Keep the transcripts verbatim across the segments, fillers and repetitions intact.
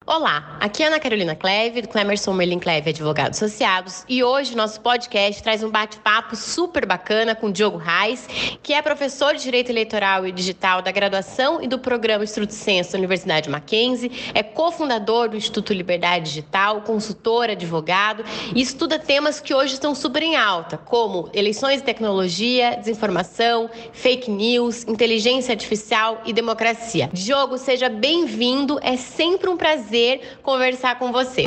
Olá, aqui é Ana Carolina Cleve, do Clemerson Merlin Cleve Advogados Associados, e hoje nosso podcast traz um bate-papo super bacana com o Diogo Reis, que é professor de Direito Eleitoral e Digital da graduação e do programa Instruto Senso da Universidade Mackenzie, é cofundador do Instituto Liberdade Digital, consultor, advogado e estuda temas que hoje estão super em alta, como eleições e tecnologia, desinformação, fake news, inteligência artificial e democracia. Diogo, seja bem-vindo, é sempre um prazer conversar com você.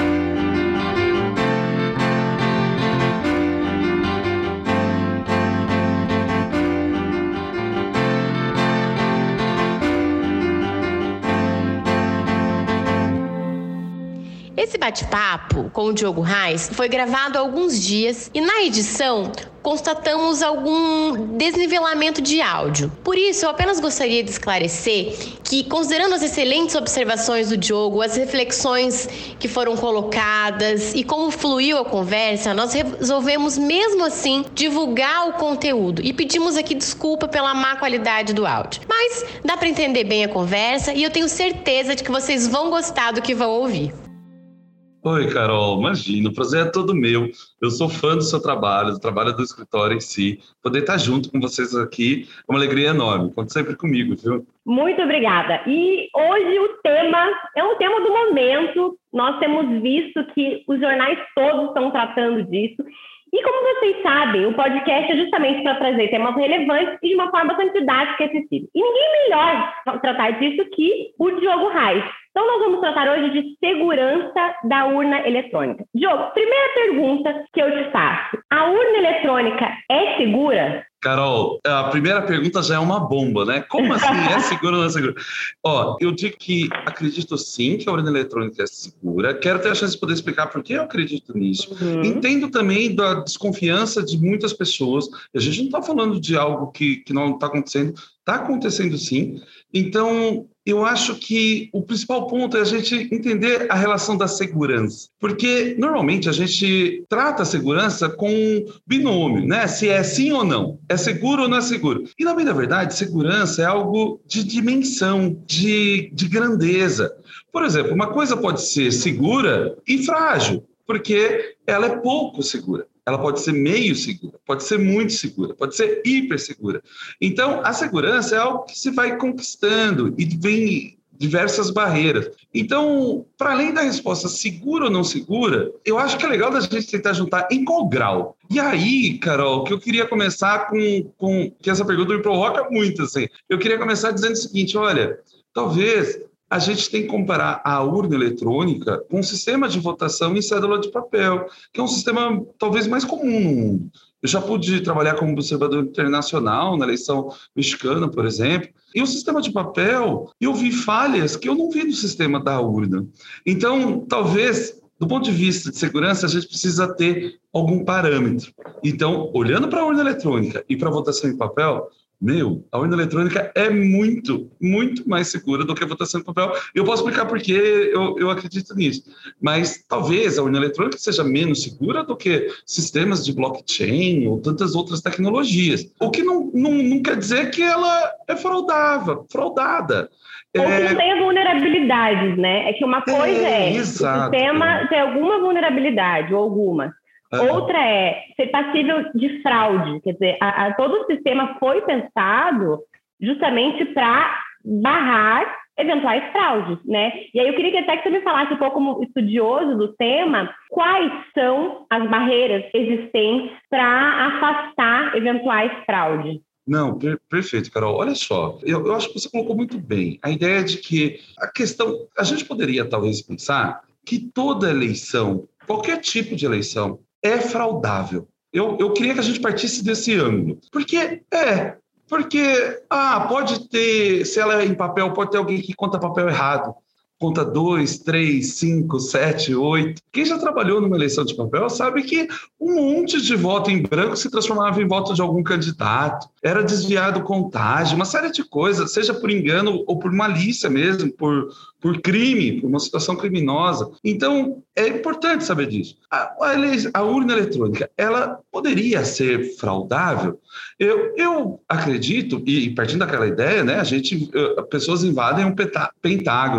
Esse bate-papo com o Diogo Reis foi gravado há alguns dias e na edição constatamos algum desnivelamento de áudio. Por isso, eu apenas gostaria de esclarecer que, considerando as excelentes observações do Diogo, as reflexões que foram colocadas e como fluiu a conversa, nós resolvemos mesmo assim divulgar o conteúdo e pedimos aqui desculpa pela má qualidade do áudio. Mas dá para entender bem a conversa e eu tenho certeza de que vocês vão gostar do que vão ouvir. Oi, Carol, imagina, o prazer é todo meu. Eu sou fã do seu trabalho, do trabalho do escritório em si. Poder estar junto com vocês aqui é uma alegria enorme. Conte sempre comigo, viu? Muito obrigada. E hoje o tema é um tema do momento. Nós temos visto que os jornais todos estão tratando disso. E como vocês sabem, o podcast é justamente para trazer temas relevantes e de uma forma bastante didática e acessível. E ninguém melhor para tratar disso que o Diogo Reis. Então, nós vamos tratar hoje de segurança da urna eletrônica. Diogo, primeira pergunta que eu te faço. A urna eletrônica é segura? Carol, a primeira pergunta já é uma bomba, né? Como assim é segura ou não é segura? Ó, eu digo que acredito sim que a urna eletrônica é segura. Quero ter a chance de poder explicar por que eu acredito nisso. Uhum. Entendo também da desconfiança de muitas pessoas. A gente não está falando de algo que, que não está acontecendo. Está acontecendo sim. Então, eu acho que o principal ponto é a gente entender a relação da segurança. Porque, normalmente, a gente trata a segurança com um binômio, né? Se é sim ou não. É seguro ou não é seguro? E, na verdade, verdade, segurança é algo de dimensão, de, de grandeza. Por exemplo, uma coisa pode ser segura e frágil, porque ela é pouco segura. Ela pode ser meio segura, pode ser muito segura, pode ser hiper segura. Então, a segurança é algo que se vai conquistando e vem diversas barreiras. Então, para além da resposta segura ou não segura, eu acho que é legal da gente tentar juntar em qual grau. E aí, Carol, que eu queria começar com, com... que essa pergunta me provoca muito, assim. Eu queria começar dizendo o seguinte, olha, talvez a gente tem que comparar a urna eletrônica com um sistema de votação em cédula de papel, que é um sistema talvez mais comum no mundo. Eu já pude trabalhar como observador internacional na eleição mexicana, por exemplo, e o sistema de papel, eu vi falhas que eu não vi no sistema da urna. Então, talvez, do ponto de vista de segurança, a gente precisa ter algum parâmetro. Então, olhando para a urna eletrônica e para a votação em papel, meu, a urna eletrônica é muito, muito mais segura do que a votação em papel. Eu posso explicar por que eu, eu acredito nisso. Mas talvez a urna eletrônica seja menos segura do que sistemas de blockchain ou tantas outras tecnologias. O que não, não, não quer dizer que ela é fraudável, fraudada. Ou que não tenha vulnerabilidades, né? É que uma coisa é, é o sistema tem alguma vulnerabilidade ou alguma. Uhum. Outra é ser passível de fraude, quer dizer, a, a, todo o sistema foi pensado justamente para barrar eventuais fraudes, né? E aí eu queria que até que você me falasse um pouco como estudioso do tema, quais são as barreiras existentes para afastar eventuais fraudes? Não, per- perfeito, Carol. Olha só, eu, eu acho que você colocou muito bem a ideia de que a questão, a gente poderia talvez pensar que toda eleição, qualquer tipo de eleição, é fraudável. Eu, eu queria que a gente partisse desse ângulo. Porque é, porque ah, pode ter, se ela é em papel, pode ter alguém que conta papel errado. Conta dois, três, cinco, sete, oito. Quem já trabalhou numa eleição de papel sabe que um monte de voto em branco se transformava em voto de algum candidato. Era desviado contagem, uma série de coisas, seja por engano ou por malícia mesmo, por, por crime, por uma situação criminosa. Então, é importante saber disso. A, a, ele, a urna eletrônica, ela poderia ser fraudável? Eu, eu acredito, e partindo daquela ideia, né, a gente, pessoas invadem um pentágono,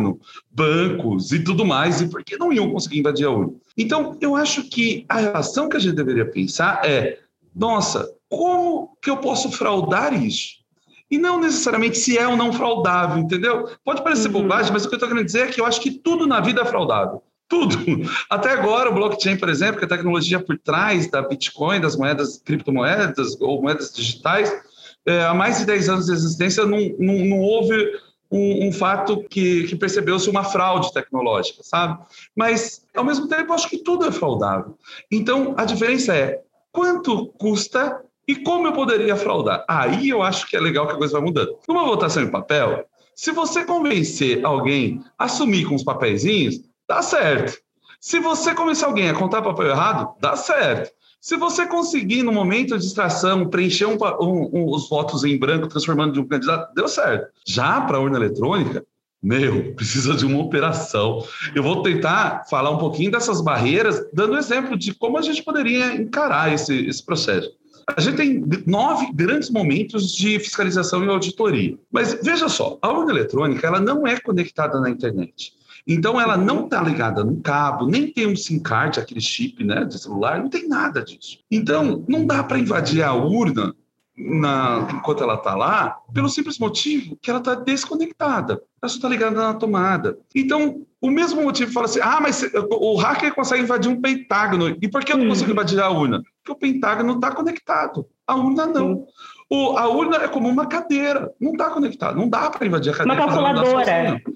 bancos e tudo mais, e por que não iam conseguir invadir a urna? Então, eu acho que a relação que a gente deveria pensar é, nossa, como que eu posso fraudar isso? E não necessariamente se é ou não fraudável, entendeu? Pode parecer uhum. bobagem, mas o que eu estou querendo dizer é que eu acho que tudo na vida é fraudável. Tudo. Até agora, o blockchain, por exemplo, que é a tecnologia por trás da Bitcoin, das moedas, criptomoedas ou moedas digitais, é, há mais de dez anos de existência não, não, não houve um, um fato que, que percebeu-se uma fraude tecnológica, sabe? Mas, ao mesmo tempo, eu acho que tudo é fraudável. Então, a diferença é quanto custa e como eu poderia fraudar? Aí eu acho que é legal que a coisa vai mudando. Numa votação em papel, se você convencer alguém a assumir com os papeizinhos, dá certo. Se você convencer alguém a contar papel errado, dá certo. Se você conseguir, no momento de extração, preencher um, um, um, os votos em branco, transformando de um candidato, deu certo. Já para a urna eletrônica, meu, precisa de uma operação. Eu vou tentar falar um pouquinho dessas barreiras, dando exemplo de como a gente poderia encarar esse, esse processo. A gente tem nove grandes momentos de fiscalização e auditoria. Mas veja só, a urna eletrônica ela não é conectada na internet. Então, ela não está ligada no cabo, nem tem um SIM card, aquele chip, né, de celular, não tem nada disso. Então, não dá para invadir a urna na, enquanto ela está lá, pelo simples motivo que ela está desconectada. Ela só está ligada na tomada. Então, o mesmo motivo fala assim, ah, mas o hacker consegue invadir um pentágono. E por que eu não consigo invadir a urna? Porque o pentágono está conectado. A urna não. O, a urna é como uma cadeira, não está conectada, não dá para invadir a cadeira. Uma calculadora.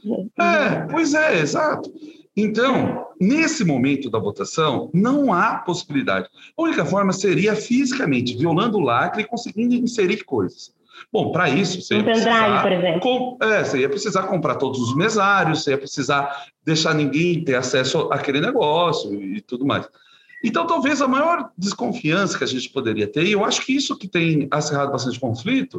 É, pois é, exato. Então, nesse momento da votação, não há possibilidade. A única forma seria fisicamente, violando o lacre e conseguindo inserir coisas. Bom, para isso, você ia, precisar, por exemplo. Com, é, você ia precisar comprar todos os mesários, você ia precisar deixar ninguém ter acesso àquele negócio e tudo mais. Então, talvez a maior desconfiança que a gente poderia ter, e eu acho que isso que tem acirrado bastante conflito,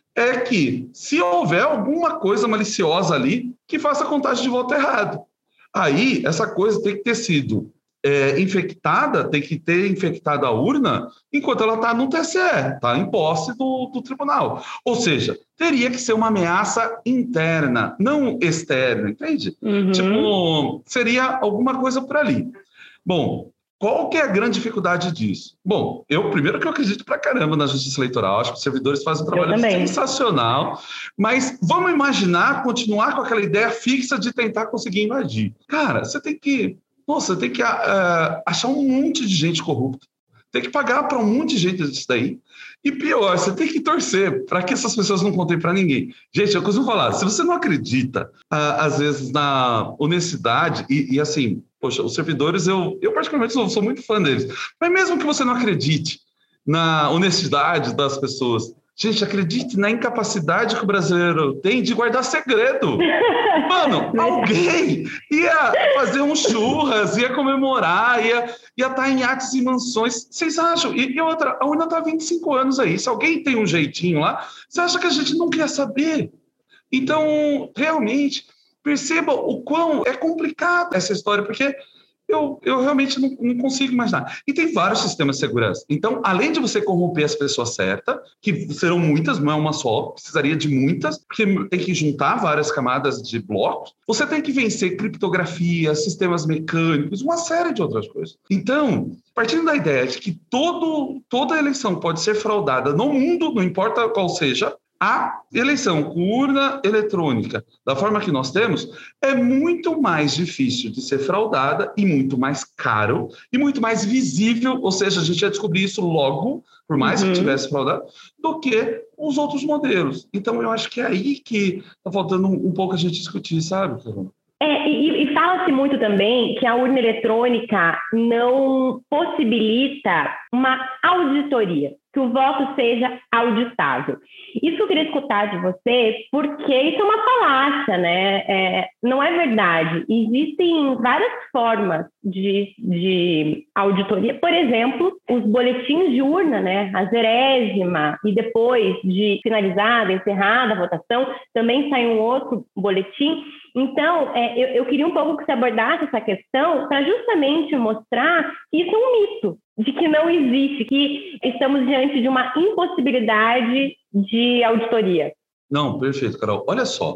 é que se houver alguma coisa maliciosa ali que faça a contagem de voto errado. Aí, essa coisa tem que ter sido é, infectada, tem que ter infectado a urna enquanto ela está no T S E, está em posse do, do tribunal. Ou seja, teria que ser uma ameaça interna, não externa, entende? Uhum. Tipo, seria alguma coisa por ali. Bom, qual que é a grande dificuldade disso? Bom, eu primeiro que eu acredito pra caramba na justiça eleitoral, acho que os servidores fazem um trabalho sensacional, mas vamos imaginar continuar com aquela ideia fixa de tentar conseguir invadir. Cara, você tem que, nossa, tem que uh, achar um monte de gente corrupta, tem que pagar para um monte de gente disso daí, e pior, você tem que torcer para que essas pessoas não contem para ninguém. Gente, eu costumo falar, se você não acredita, uh, às vezes, na honestidade, e, e assim, poxa, os servidores, eu, eu particularmente sou, sou muito fã deles, mas mesmo que você não acredite na honestidade das pessoas, gente, acredite na incapacidade que o brasileiro tem de guardar segredo. Mano, alguém ia fazer um churras, ia comemorar, ia, ia estar em iates e mansões. Vocês acham? E, e outra, a urna está há vinte e cinco anos aí. Se alguém tem um jeitinho lá, você acha que a gente não quer saber? Então, realmente, perceba o quão é complicado essa história, porque eu, eu realmente não, não consigo imaginar. E tem vários sistemas de segurança. Então, além de você corromper as pessoas certas, que serão muitas, não é uma só, precisaria de muitas, porque tem que juntar várias camadas de blocos, você tem que vencer criptografia, sistemas mecânicos, uma série de outras coisas. Então, partindo da ideia de que todo, toda eleição pode ser fraudada no mundo, não importa qual seja, a eleição com urna eletrônica, da forma que nós temos, é muito mais difícil de ser fraudada e muito mais caro e muito mais visível, ou seja, a gente ia descobrir isso logo, por mais uhum. que tivesse fraudado, do que os outros modelos. Então, eu acho que é aí que está faltando um, um pouco a gente discutir, sabe, Carol? É, e, e fala-se muito também que a urna eletrônica não possibilita uma auditoria, que o voto seja auditável. Isso eu queria escutar de você, porque isso é uma falácia, né? É, não é verdade. Existem várias formas de, de auditoria. Por exemplo, os boletins de urna, né? A zerésima, e depois de finalizada, encerrada a votação, também sai um outro boletim. Então, é, eu, eu queria um pouco que você abordasse essa questão para justamente mostrar que isso é um mito, de que não existe, que estamos diante de uma impossibilidade de auditoria. Não, perfeito, Carol. Olha só,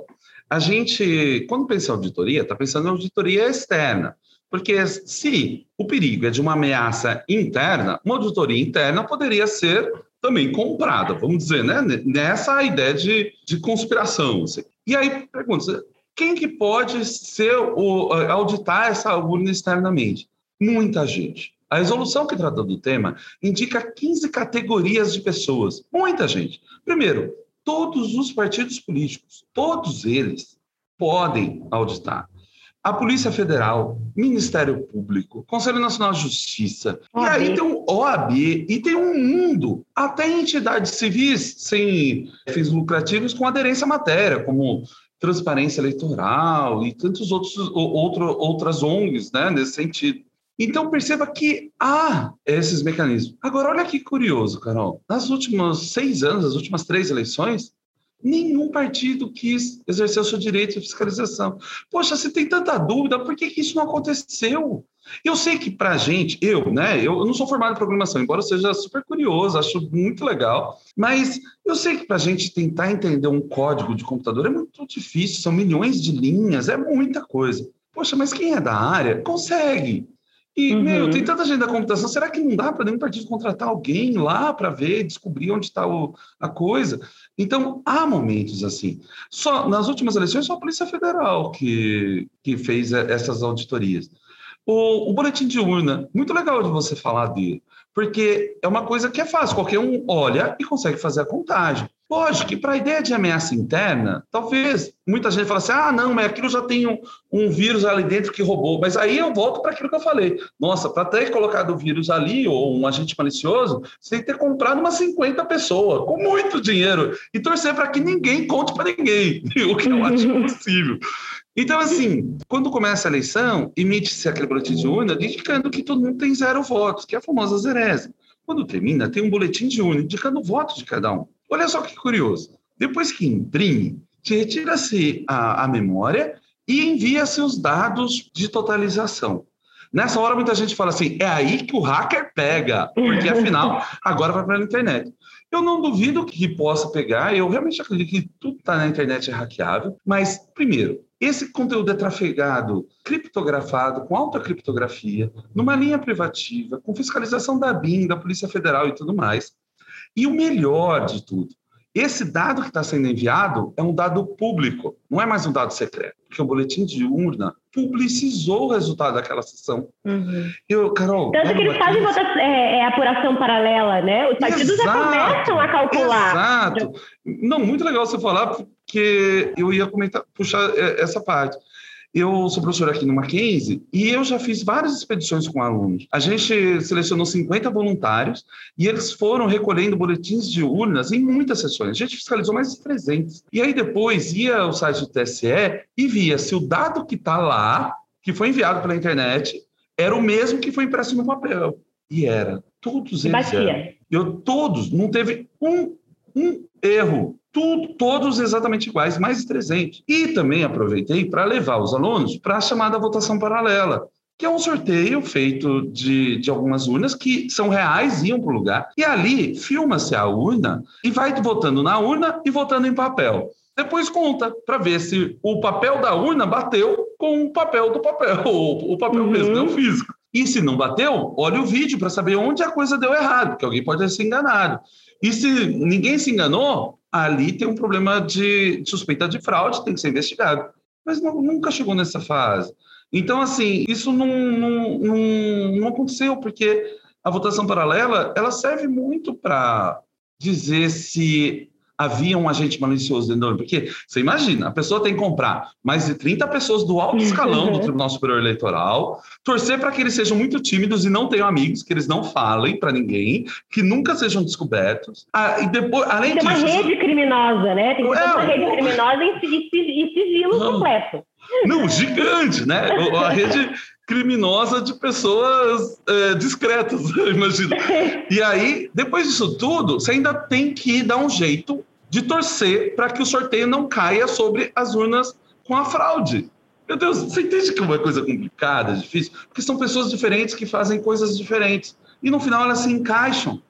a gente, quando pensa em auditoria, está pensando em auditoria externa. Porque se o perigo é de uma ameaça interna, uma auditoria interna poderia ser também comprada, vamos dizer, né? Nessa ideia de, de conspiração. Assim. E aí, pergunta, quem que pode ser o, auditar essa urna externamente? Muita gente. A resolução que trata do tema indica quinze categorias de pessoas. Muita gente. Primeiro, todos os partidos políticos, todos eles podem auditar. A Polícia Federal, Ministério Público, Conselho Nacional de Justiça, O A B. E aí tem o O A B, e tem um mundo, até entidades civis sem fins lucrativos com aderência à matéria, como Transparência Eleitoral e tantos outros outro, outras O N Gs, né, nesse sentido. Então, perceba que há esses mecanismos. Agora, olha que curioso, Carol. Nas últimos seis anos, nas últimas três eleições, nenhum partido quis exercer o seu direito de fiscalização. Poxa, se tem tanta dúvida, por que, que isso não aconteceu? Eu sei que para a gente, eu, né, eu não sou formado em programação, embora eu seja super curioso, acho muito legal, mas eu sei que para a gente tentar entender um código de computador é muito difícil, são milhões de linhas, é muita coisa. Poxa, mas quem é da área consegue. E, uhum. meu, tem tanta gente da computação, será que não dá para nenhum partido contratar alguém lá para ver, descobrir onde está a coisa? Então, há momentos assim. Só nas últimas eleições, só a Polícia Federal que, que fez essas auditorias. O, o boletim de urna, muito legal de você falar dele, porque é uma coisa que é fácil, qualquer um olha e consegue fazer a contagem. Lógico que para a ideia de ameaça interna, talvez muita gente fale assim, ah, não, mas aquilo já tem um, um vírus ali dentro que roubou. Mas aí eu volto para aquilo que eu falei. Nossa, para ter colocado o vírus ali, ou um agente malicioso, você tem que ter comprado umas cinquenta pessoas, com muito dinheiro, e torcer para que ninguém conte para ninguém, o que eu acho impossível. Então, assim, quando começa a eleição, emite-se aquele boletim de urna indicando que todo mundo tem zero votos, que é a famosa zerese. Quando termina, tem um boletim de urna indicando o voto de cada um. Olha só que curioso. Depois que imprime, retira-se a, a memória e envia-se os dados de totalização. Nessa hora, muita gente fala assim, é aí que o hacker pega, porque, afinal, agora vai para a internet. Eu não duvido que possa pegar, eu realmente acredito que tudo que está na internet é hackeável, mas, primeiro, esse conteúdo é trafegado, criptografado, com alta criptografia, numa linha privativa, com fiscalização da B I M, da Polícia Federal e tudo mais. E o melhor de tudo, esse dado que está sendo enviado é um dado público, não é mais um dado secreto, porque o boletim de urna publicizou o resultado daquela sessão. Uhum. Eu, Carol, Tanto que eles fazem votação, é, é apuração paralela, né? Os partidos exato, já começam a calcular. Exato. Não, muito legal você falar, porque eu ia comentar, puxar essa parte. Eu sou professor aqui no Mackenzie e eu já fiz várias expedições com alunos. A gente selecionou cinquenta voluntários e eles foram recolhendo boletins de urnas em muitas sessões. A gente fiscalizou mais de trezentos. E aí depois ia ao site do T S E e via se o dado que está lá, que foi enviado pela internet, era o mesmo que foi impresso no papel. E era. Todos eles eram. Eu, todos. Não teve um, um erro. Tudo, todos exatamente iguais, mais de trezentos. E também aproveitei para levar os alunos para a chamada votação paralela, que é um sorteio feito de, de algumas urnas que são reais, iam para o lugar, e ali filma-se a urna e vai votando na urna e votando em papel. Depois conta para ver se o papel da urna bateu com o papel do papel, o papel uhum. mesmo, não físico. E se não bateu, olha o vídeo para saber onde a coisa deu errado, porque alguém pode ter se enganado. E se ninguém se enganou, ali tem um problema de suspeita de fraude, tem que ser investigado. Mas não, nunca chegou nessa fase. Então, assim, isso não, não, não, não aconteceu, porque a votação paralela, ela serve muito para dizer se havia um agente malicioso dentro da urna. Porque, você imagina, a pessoa tem que comprar mais de trinta pessoas do alto escalão do Tribunal Superior Eleitoral, torcer para que eles sejam muito tímidos e não tenham amigos, que eles não falem para ninguém, que nunca sejem descobertos. Ah, e depois, além tem disso... Tem uma rede criminosa, né? Tem que ter é, uma rede criminosa e sigilo não, completo. Não, gigante, né? A rede criminosa de pessoas é, discretas, imagina. E aí, depois disso tudo, você ainda tem que dar um jeito de torcer para que o sorteio não caia sobre as urnas com a fraude. Meu Deus, você entende que é uma coisa complicada, difícil? Porque são pessoas diferentes que fazem coisas diferentes. E no final elas se encaixam.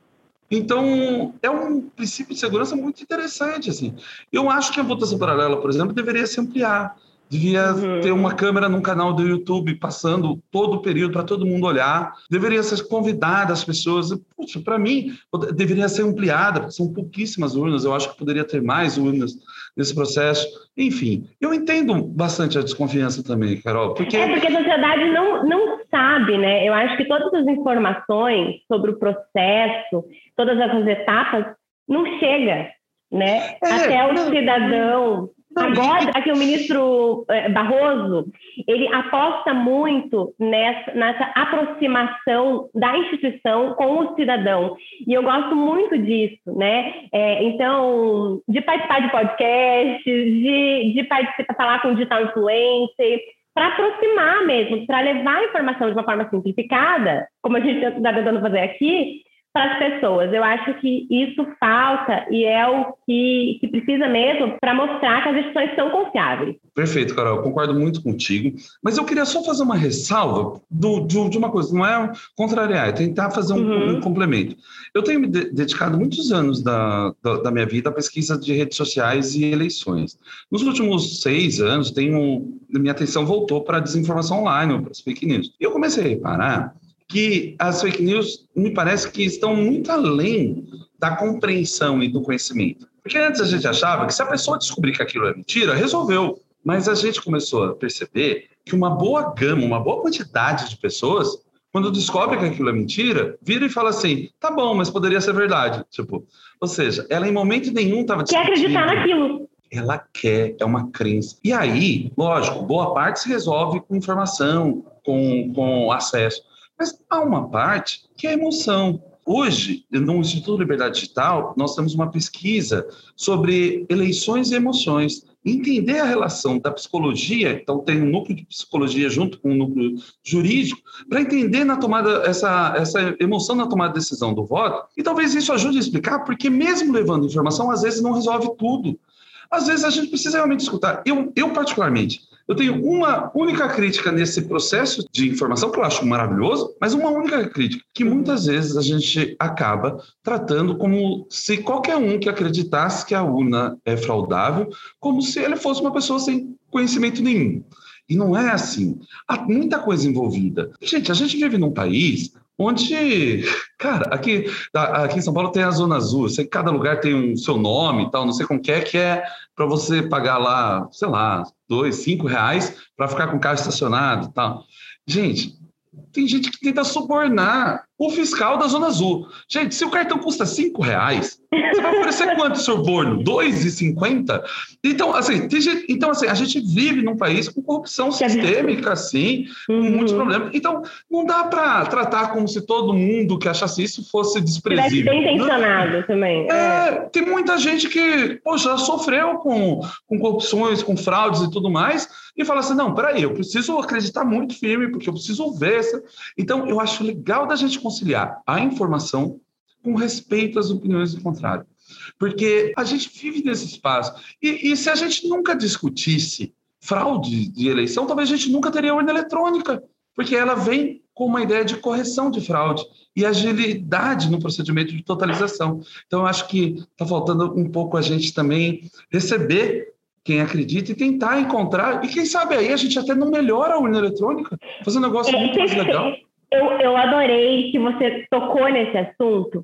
Então, é um princípio de segurança muito interessante, assim. Eu acho que a votação paralela, por exemplo, deveria se ampliar. Devia uhum. ter uma câmera num canal do YouTube passando todo o período para todo mundo olhar. Deveria ser convidada as pessoas. Puxa, para mim, deveria ser ampliada, porque são pouquíssimas urnas. Eu acho que poderia ter mais urnas nesse processo. Enfim, eu entendo bastante a desconfiança também, Carol. Porque... É porque a sociedade não, não sabe, né? Eu acho que todas as informações sobre o processo, todas essas etapas, não chega, né? É, Até o não, cidadão... Não, Agora, aqui o ministro Barroso, ele aposta muito nessa, nessa aproximação da instituição com o cidadão. E eu gosto muito disso, né? É, então, de participar de podcasts, de, de participar, falar com o digital influencer, para aproximar mesmo, para levar a informação de uma forma simplificada, como a gente está tentando fazer aqui, para as pessoas. Eu acho que isso falta e é o que, que precisa mesmo para mostrar que as instituições são confiáveis. Perfeito, Carol, eu concordo muito contigo, mas eu queria só fazer uma ressalva do, de, de uma coisa, não é contrariar, é tentar fazer um, uhum. um complemento. Eu tenho me de, dedicado muitos anos da, da, da minha vida à pesquisa de redes sociais e eleições. Nos últimos seis anos, tenho, minha atenção voltou para a desinformação online, para as fake news. E eu comecei a reparar que as fake news me parece que estão muito além da compreensão e do conhecimento. Porque antes a gente achava que se a pessoa descobrir que aquilo é mentira, resolveu. Mas a gente começou a perceber que uma boa gama, uma boa quantidade de pessoas, quando descobre que aquilo é mentira, vira e fala assim, tá bom, mas poderia ser verdade. Tipo, ou seja, ela em momento nenhum estava discutindo. Quer acreditar naquilo. Ela quer, é uma crença. E aí, lógico, boa parte se resolve com informação, com, com acesso. Mas há uma parte que é emoção. Hoje, no Instituto Liberdade Digital, nós temos uma pesquisa sobre eleições e emoções. Entender a relação da psicologia, então tem um núcleo de psicologia junto com um núcleo jurídico, para entender na tomada, essa, essa emoção na tomada de decisão do voto. E talvez isso ajude a explicar, porque mesmo levando informação, às vezes não resolve tudo. Às vezes a gente precisa realmente escutar. Eu, eu particularmente, eu tenho uma única crítica nesse processo de informação, que eu acho maravilhoso, mas uma única crítica, que muitas vezes a gente acaba tratando como se qualquer um que acreditasse que a urna é fraudável, como se ele fosse uma pessoa sem conhecimento nenhum. E não é assim. Há muita coisa envolvida. Gente, a gente vive num país onde, cara, aqui, aqui em São Paulo tem a Zona Azul, sei que cada lugar tem um seu nome e tal, não sei como que é, que é para você pagar lá, sei lá, dois, cinco reais para ficar com o carro estacionado e tal. Gente, tem gente que tenta subornar o fiscal da Zona Azul. Gente, se o cartão custa cinco reais, você vai oferecer quanto suborno? dois reais e cinquenta centavos? Então, assim, tem gente, então, assim, a gente vive num país com corrupção sistêmica, assim, com uhum. muitos problemas. Então, não dá para tratar como se todo mundo que achasse isso fosse desprezível. Bem intencionado não. também. É, é. Tem muita gente que, poxa, sofreu com, com corrupções, com fraudes e tudo mais, e fala assim, não, peraí, eu preciso acreditar muito firme, porque eu preciso ver essa... Então, eu acho legal da gente conciliar a informação com respeito às opiniões do contrário. Porque a gente vive nesse espaço. E, e se a gente nunca discutisse fraude de eleição, talvez a gente nunca teria urna eletrônica, porque ela vem com uma ideia de correção de fraude e agilidade no procedimento de totalização. Então, eu acho que está faltando um pouco a gente também receber quem acredita e tentar encontrar, e quem sabe aí a gente até não melhora a urna eletrônica, fazer um negócio muito mais legal. Eu, eu adorei que você tocou nesse assunto,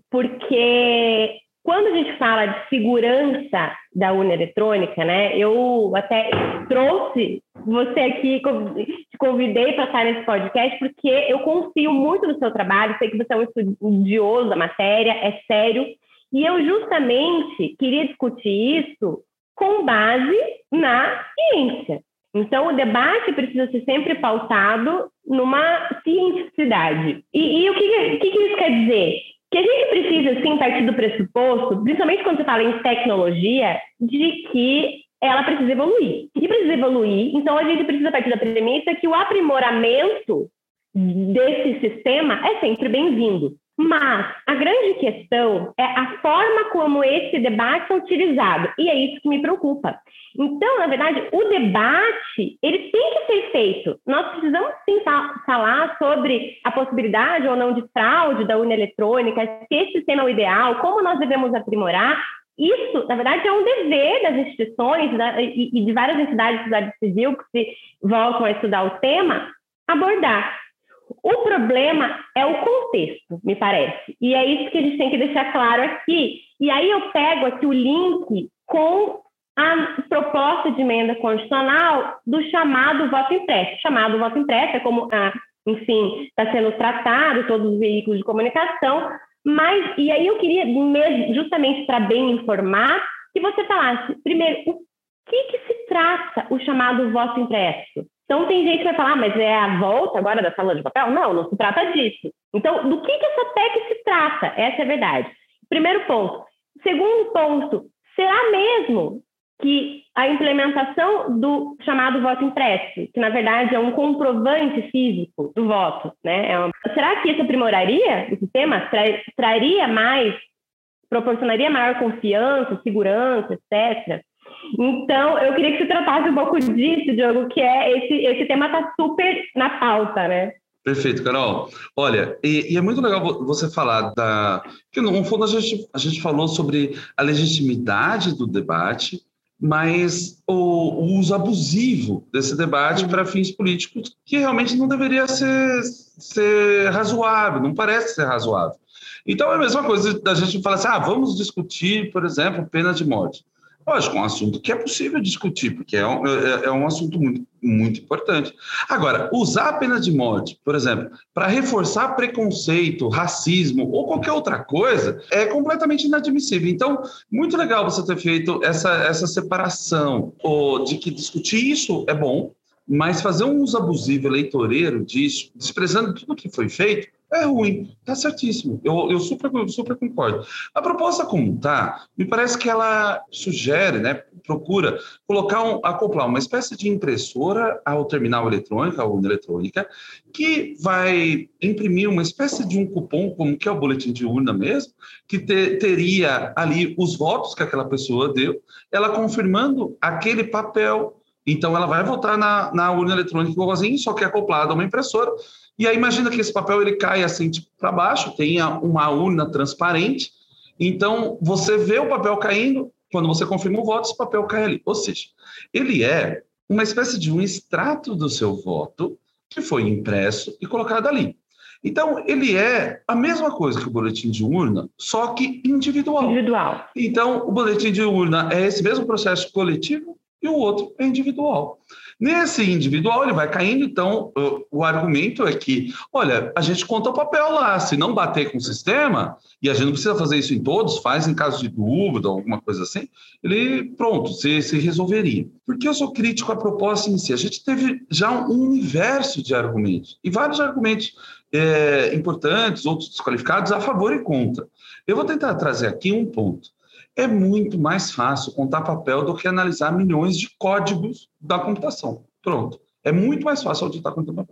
porque quando a gente fala de segurança da urna eletrônica, né, eu até trouxe você aqui, te convidei para estar nesse podcast, porque eu confio muito no seu trabalho, sei que você é um estudioso da matéria, é sério, e eu justamente queria discutir isso com base na ciência. Então, o debate precisa ser sempre pautado numa cientificidade. E, e o que, que, que isso quer dizer? Que a gente precisa, sim, partir do pressuposto, principalmente quando você fala em tecnologia, de que ela precisa evoluir. E precisa evoluir, então a gente precisa partir da premissa que o aprimoramento desse sistema é sempre bem-vindo. Mas a grande questão é a forma como esse debate é utilizado, e é isso que me preocupa. Então, na verdade, o debate, ele tem que ser feito. Nós precisamos sim falar sobre a possibilidade ou não de fraude da urna eletrônica, se esse sistema é o ideal, como nós devemos aprimorar. Isso, na verdade, é um dever das instituições e de várias entidades da sociedade civil que se voltam a estudar o tema, abordar. O problema é o contexto, me parece. E é isso que a gente tem que deixar claro aqui. E aí eu pego aqui o link com a proposta de emenda constitucional do chamado voto impresso. Chamado voto impresso é como, ah, enfim, está sendo tratado todos os veículos de comunicação. Mas, e aí eu queria, justamente para bem informar, que você falasse, primeiro, o que, que se trata o chamado voto impresso? Então, tem gente que vai falar, ah, mas é a volta agora da sala de papel? Não, não se trata disso. Então, do que, que essa P E C se trata? Essa é a verdade. Primeiro ponto. Segundo ponto, será mesmo que a implementação do chamado voto impresso, que na verdade é um comprovante físico do voto, né? É uma... Será que isso aprimoraria o sistema? Tra... Traria mais, proporcionaria maior confiança, segurança, etcétera? Então, eu queria que você tratasse um pouco disso, Diogo, que é esse, esse tema está super na pauta, né? Perfeito, Carol. Olha, e, e é muito legal você falar da... Porque, no fundo, a gente, a gente falou sobre a legitimidade do debate, mas o, o uso abusivo desse debate para fins políticos que realmente não deveria ser, ser razoável, não parece ser razoável. Então, é a mesma coisa da gente falar assim, ah, vamos discutir, por exemplo, pena de morte. Lógico, é um assunto que é possível discutir, porque é um, é, é um assunto muito, muito importante. Agora, usar a pena de morte, por exemplo, para reforçar preconceito, racismo ou qualquer outra coisa, é completamente inadmissível. Então, muito legal você ter feito essa, essa separação ou de que discutir isso é bom, mas fazer um uso abusivo eleitoreiro disso, desprezando tudo que foi feito, é ruim, tá certíssimo, eu, eu super, super concordo. A proposta como tá, me parece que ela sugere, né, procura colocar, um, acoplar uma espécie de impressora ao terminal eletrônico, à urna eletrônica, que vai imprimir uma espécie de um cupom, como que é o boletim de urna mesmo, que te, teria ali os votos que aquela pessoa deu, ela confirmando aquele papel. Então, ela vai votar na, na urna eletrônica igualzinho, só que é acoplada a uma impressora. E aí, imagina que esse papel ele cai assim para baixo, tem uma urna transparente. Então, você vê o papel caindo, quando você confirma o voto, esse papel cai ali. Ou seja, ele é uma espécie de um extrato do seu voto que foi impresso e colocado ali. Então, ele é a mesma coisa que o boletim de urna, só que individual. Individual. Então, o boletim de urna é esse mesmo processo coletivo, e o outro é individual. Nesse individual, ele vai caindo, então, o, o argumento é que, olha, a gente conta o papel lá, se não bater com o sistema, e a gente não precisa fazer isso em todos, faz em caso de dúvida, alguma coisa assim, ele, pronto, se, se resolveria. Porque eu sou crítico à proposta em si. A gente teve já um universo de argumentos, e vários argumentos é, importantes, outros desqualificados, a favor e contra. Eu vou tentar trazer aqui um ponto. É muito mais fácil contar papel do que analisar milhões de códigos da computação. Pronto. É muito mais fácil auditar contando papel.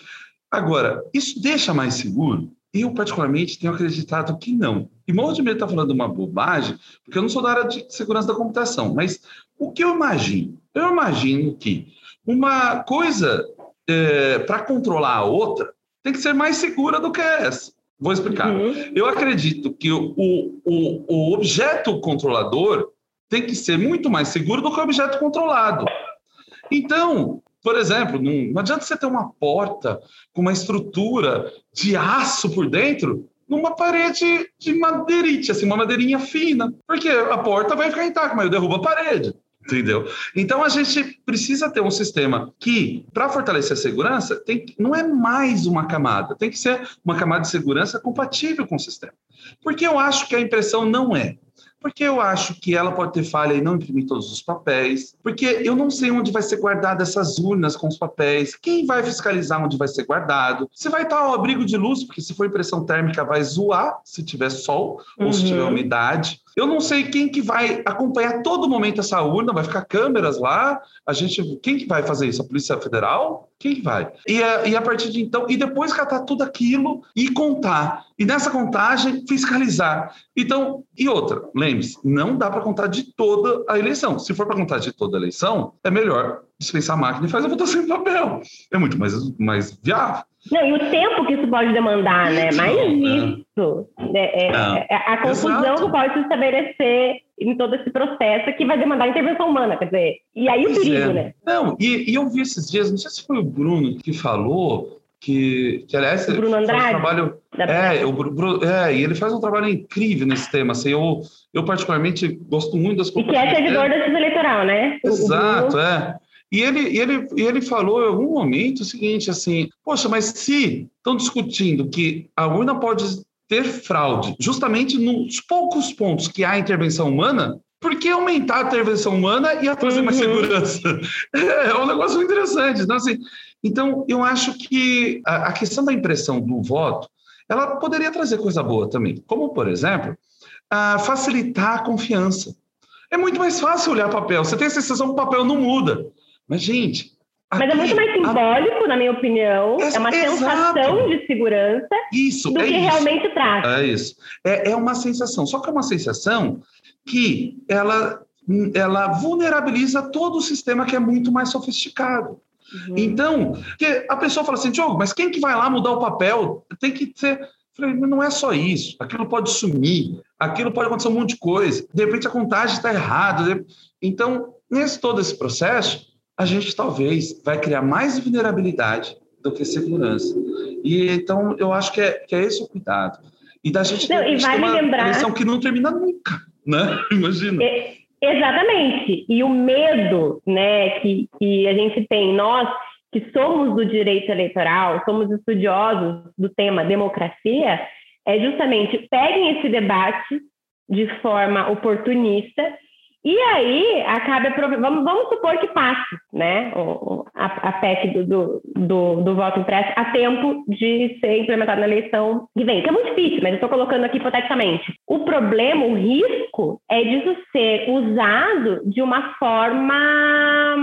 Agora, isso deixa mais seguro? Eu, particularmente, tenho acreditado que não. E morro de medo de estar falando uma bobagem, porque eu não sou da área de segurança da computação. Mas o que eu imagino? Eu imagino que uma coisa, é, para controlar a outra, tem que ser mais segura do que essa. Vou explicar. Uhum. Eu acredito que o, o, o objeto controlador tem que ser muito mais seguro do que o objeto controlado. Então, por exemplo, não, não adianta você ter uma porta com uma estrutura de aço por dentro numa parede de madeirite, assim, uma madeirinha fina, porque a porta vai ficar intacta, mas eu derrubo a parede. Entendeu? Então, a gente precisa ter um sistema que, para fortalecer a segurança, tem, não é mais uma camada, tem que ser uma camada de segurança compatível com o sistema. Porque eu acho que a impressão não é. Porque eu acho que ela pode ter falha e não imprimir todos os papéis. Porque eu não sei onde vai ser guardada essas urnas com os papéis. Quem vai fiscalizar onde vai ser guardado? Se vai estar ao abrigo de luz, porque se for impressão térmica vai zoar se tiver sol, uhum, ou se tiver umidade. Eu não sei quem que vai acompanhar todo momento essa urna, vai ficar câmeras lá, a gente, quem que vai fazer isso? A Polícia Federal? Quem que vai? E a, e a partir de então, e depois catar tudo aquilo e contar. E nessa contagem, fiscalizar. Então, e outra, lembre-se, não dá para contar de toda a eleição. Se for para contar de toda a eleição, é melhor dispensar a máquina e fazer a votação em papel. É muito mais, mais viável. Não, e o tempo que isso pode demandar, né? Mais isso. É, é, é, a confusão Exato. que pode se estabelecer em todo esse processo que vai demandar intervenção humana, quer dizer. E aí o perigo, é. né? Não, e, e eu vi esses dias, não sei se foi o Bruno que falou, que, que aliás, o Bruno Andrade, faz um trabalho. É, o Bruno, é, e ele faz um trabalho incrível nesse tema. Assim, eu, eu particularmente gosto muito das E que é servidor da Justiça Eleitoral, né? Exato, é. E ele, ele, ele falou em algum momento o seguinte, assim, poxa, mas se estão discutindo que a urna pode ter fraude justamente nos poucos pontos que há intervenção humana, por que aumentar a intervenção humana e a trazer uhum. mais segurança? É, é um negócio muito interessante. Então, assim, então eu acho que a, a questão da impressão do voto, ela poderia trazer coisa boa também, como, por exemplo, a facilitar a confiança. É muito mais fácil olhar papel, você tem a sensação que o papel não muda. Mas, gente... Mas aqui, é muito mais simbólico, a... na minha opinião. É, é uma exato. sensação de segurança isso, do é que isso. realmente traz. É isso. É, é uma sensação. Só que é uma sensação que ela, ela vulnerabiliza todo o sistema que é muito mais sofisticado. Uhum. Então, que a pessoa fala assim, Diogo, mas quem que vai lá mudar o papel? Tem que ser... Eu falei, não é só isso. Aquilo pode sumir. Aquilo pode acontecer um monte de coisa. De repente, a contagem está errada. Então, nesse todo esse processo... a gente talvez vai criar mais vulnerabilidade do que segurança. E então eu acho que é, que é esse o cuidado. E da gente não, ter, e vale ter uma lembrar... eleição que não termina nunca, né? Imagina. É, exatamente. E o medo, né, que, que a gente tem, nós que somos do direito eleitoral, somos estudiosos do tema democracia, é justamente peguem esse debate de forma oportunista. E aí, acaba, vamos, vamos supor que passe, né, a, a P E C do, do, do voto impresso a tempo de ser implementado na eleição que vem, que é muito difícil, mas eu estou colocando aqui hipoteticamente. O problema, o risco, é disso ser usado de uma forma...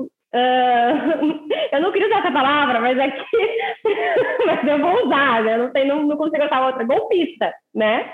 Uh, eu não queria usar essa palavra, mas aqui mas eu vou usar, né? Eu não, sei, não, não consigo usar outra, golpista, né?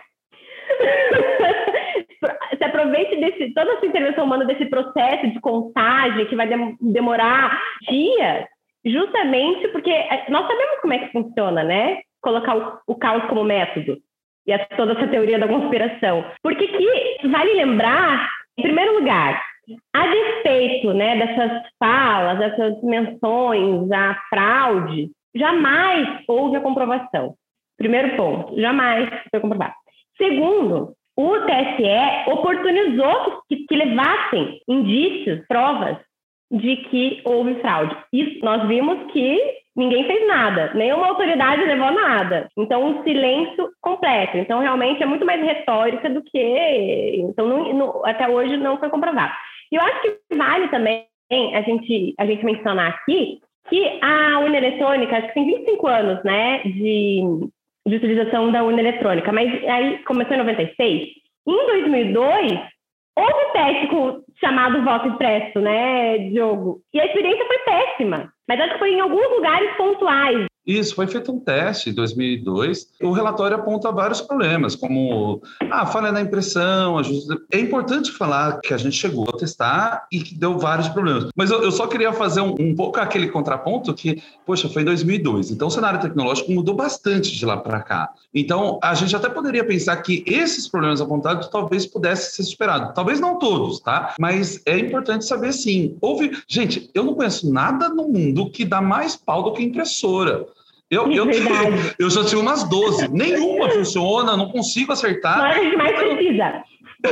Se aproveite desse, toda essa intervenção humana desse processo de contagem que vai dem- demorar dias, justamente porque nós sabemos como é que funciona, né? Colocar o, o caos como método e a, toda essa teoria da conspiração. Porque que vale lembrar, em primeiro lugar, a despeito, né, dessas falas, dessas menções à fraude, jamais houve a comprovação. Primeiro ponto, jamais foi comprovado. Segundo, o T S E oportunizou que, que levassem indícios, provas de que houve fraude. Isso nós vimos que ninguém fez nada, nenhuma autoridade levou nada. Então, um silêncio completo. Então, realmente, é muito mais retórica do que... Então, não, não, até hoje não foi comprovado. E eu acho que vale também a gente, a gente mencionar aqui que a urna eletrônica, acho que tem vinte e cinco anos, né, de... de utilização da urna eletrônica, mas aí começou em noventa e seis. Em dois mil e dois, houve um teste com, chamado voto impresso, né, Diogo? E a experiência foi péssima, mas acho que foi em alguns lugares pontuais. Isso, foi feito um teste em dois mil e dois. O relatório aponta vários problemas, como a falha na impressão. Ajuste... É importante falar que a gente chegou a testar e que deu vários problemas. Mas eu, eu só queria fazer um, um pouco aquele contraponto que, poxa, foi em dois mil e dois. Então, o cenário tecnológico mudou bastante de lá para cá. Então, a gente até poderia pensar que esses problemas apontados talvez pudessem ser superados. Talvez não todos, tá? Mas é importante saber, sim. Houve... Gente, eu não conheço nada no mundo que dá mais pau do que impressora. Eu, eu, eu já tive umas doze. Nenhuma funciona, não consigo acertar. Na hora que a gente mais precisa.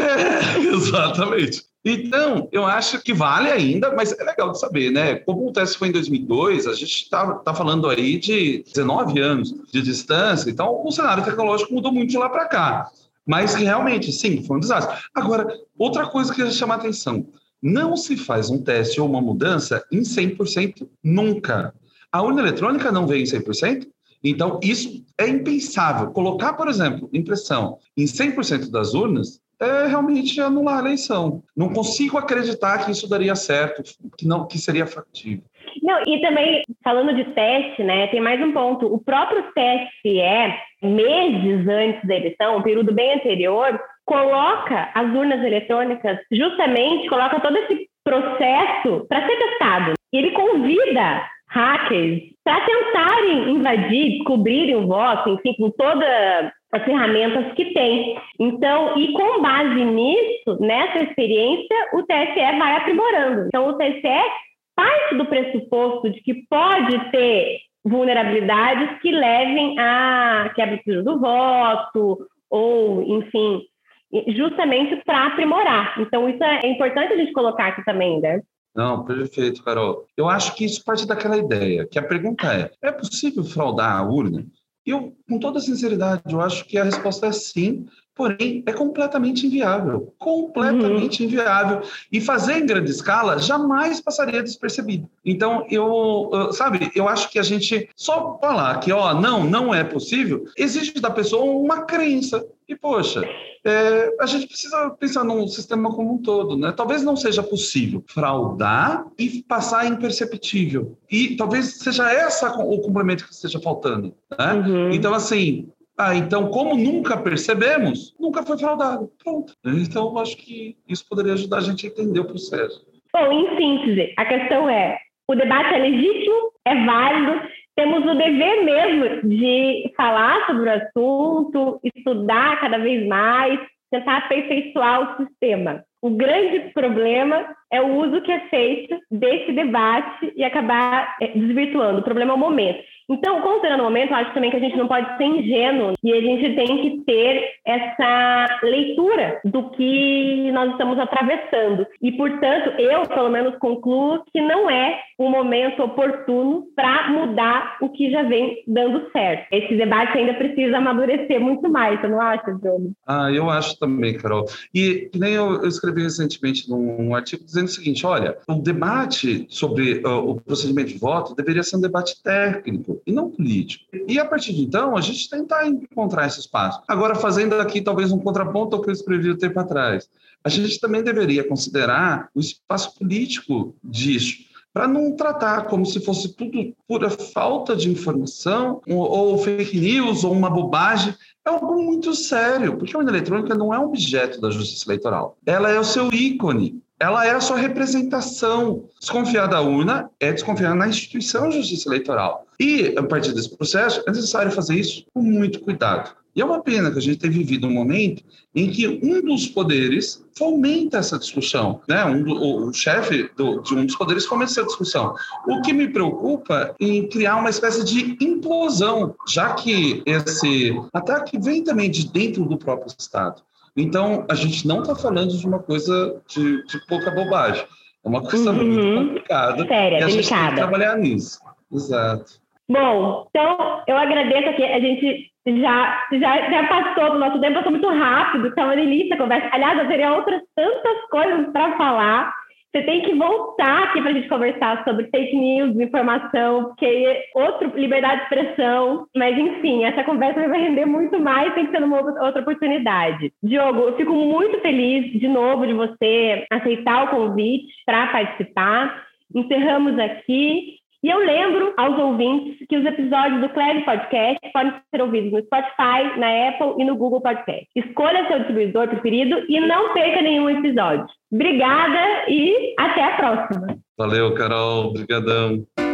É, exatamente. Então, eu acho que vale ainda, mas é legal de saber, né? Como o teste foi em dois mil e dois, a gente está tá falando aí de dezenove anos de distância, então o cenário tecnológico mudou muito de lá para cá. Mas realmente, sim, foi um desastre. Agora, outra coisa que a gente chama a atenção, não se faz um teste ou uma mudança em cem por cento nunca. A urna eletrônica não veio em cem por cento, então isso é impensável. Colocar, por exemplo, impressão em cem por cento das urnas é realmente anular a eleição. Não consigo acreditar que isso daria certo, que, não, que seria factível. Não, e também, falando de teste, né, tem mais um ponto. O próprio T S E, meses antes da eleição, um período bem anterior, coloca as urnas eletrônicas, justamente coloca todo esse processo para ser testado. E ele convida hackers para tentarem invadir, descobrirem o voto, enfim, com todas as ferramentas que tem. Então, e com base nisso, nessa experiência, o T S E vai aprimorando. Então, o T S E parte do pressuposto de que pode ter vulnerabilidades que levem à quebra do sigilo do voto, ou, enfim, justamente para aprimorar. Então, isso é importante a gente colocar aqui também, né? Não, perfeito, Carol. Eu acho que isso parte daquela ideia, que a pergunta é, é possível fraudar a urna? Eu, com toda sinceridade, eu acho que a resposta é sim, porém é completamente inviável, completamente uhum. inviável. E fazer em grande escala jamais passaria despercebido. Então, eu, sabe, eu acho que a gente só falar que, ó, não, não é possível, exige da pessoa uma crença. E, poxa, é, a gente precisa pensar num sistema como um todo, né? Talvez não seja possível fraudar e passar imperceptível. E talvez seja essa o complemento que esteja faltando, né? Uhum. Então, assim, ah, então, como nunca percebemos, nunca foi fraudado. Pronto. Então, eu acho que isso poderia ajudar a gente a entender o processo. Bom, em síntese, a questão é, o debate é legítimo, é válido, temos o dever mesmo de falar sobre o assunto, estudar cada vez mais, tentar aperfeiçoar o sistema. O grande problema é o uso que é feito desse debate e acabar desvirtuando. O problema é o momento. Então, considerando o momento, eu acho também que a gente não pode ser ingênuo e a gente tem que ter essa leitura do que nós estamos atravessando. E, portanto, eu, pelo menos, concluo que não é o momento oportuno para mudar o que já vem dando certo. Esse debate ainda precisa amadurecer muito mais, você não acha, Johnny? Ah, eu acho também, Carol. E que nem eu, eu escrevi recentemente num artigo dizendo o seguinte, olha, o debate sobre uh, o procedimento de voto deveria ser um debate técnico e não político. E a partir de então, a gente tentar encontrar esse espaço. Agora, fazendo aqui talvez um contraponto ao que eu escrevi um tempo atrás, a gente também deveria considerar o espaço político disso, para não tratar como se fosse tudo pura falta de informação, ou, ou fake news, ou uma bobagem. É algo muito sério, porque a urna eletrônica não é um objeto da justiça eleitoral. Ela é o seu ícone. Ela é a sua representação. Desconfiar da urna é desconfiar na instituição de justiça eleitoral. E, a partir desse processo, é necessário fazer isso com muito cuidado. E é uma pena que a gente tenha vivido um momento em que um dos poderes fomenta essa discussão, né? Um do, o, o chefe do, de um dos poderes fomenta essa discussão. O que me preocupa é em criar uma espécie de implosão, já que esse ataque vem também de dentro do próprio Estado. Então, a gente não está falando de uma coisa de, de pouca bobagem. É uma coisa uhum. muito complicada. Séria, e a delicada. gente tem que trabalhar nisso. Exato. Bom, então, eu agradeço aqui. A gente já, já, já passou do nosso tempo, passou muito rápido. Está uma delícia a conversa. Aliás, eu teria outras tantas coisas para falar. Você tem que voltar aqui para a gente conversar sobre fake news, informação, porque é outra liberdade de expressão. Mas, enfim, essa conversa vai render muito mais, tem que ser numa outra oportunidade. Diogo, eu fico muito feliz, de novo, de você aceitar o convite para participar. Encerramos aqui. E eu lembro aos ouvintes que os episódios do Cleve Podcast podem ser ouvidos no Spotify, na Apple e no Google Podcast. Escolha seu distribuidor preferido e não perca nenhum episódio. Obrigada e até a próxima. Valeu, Carol. Obrigadão.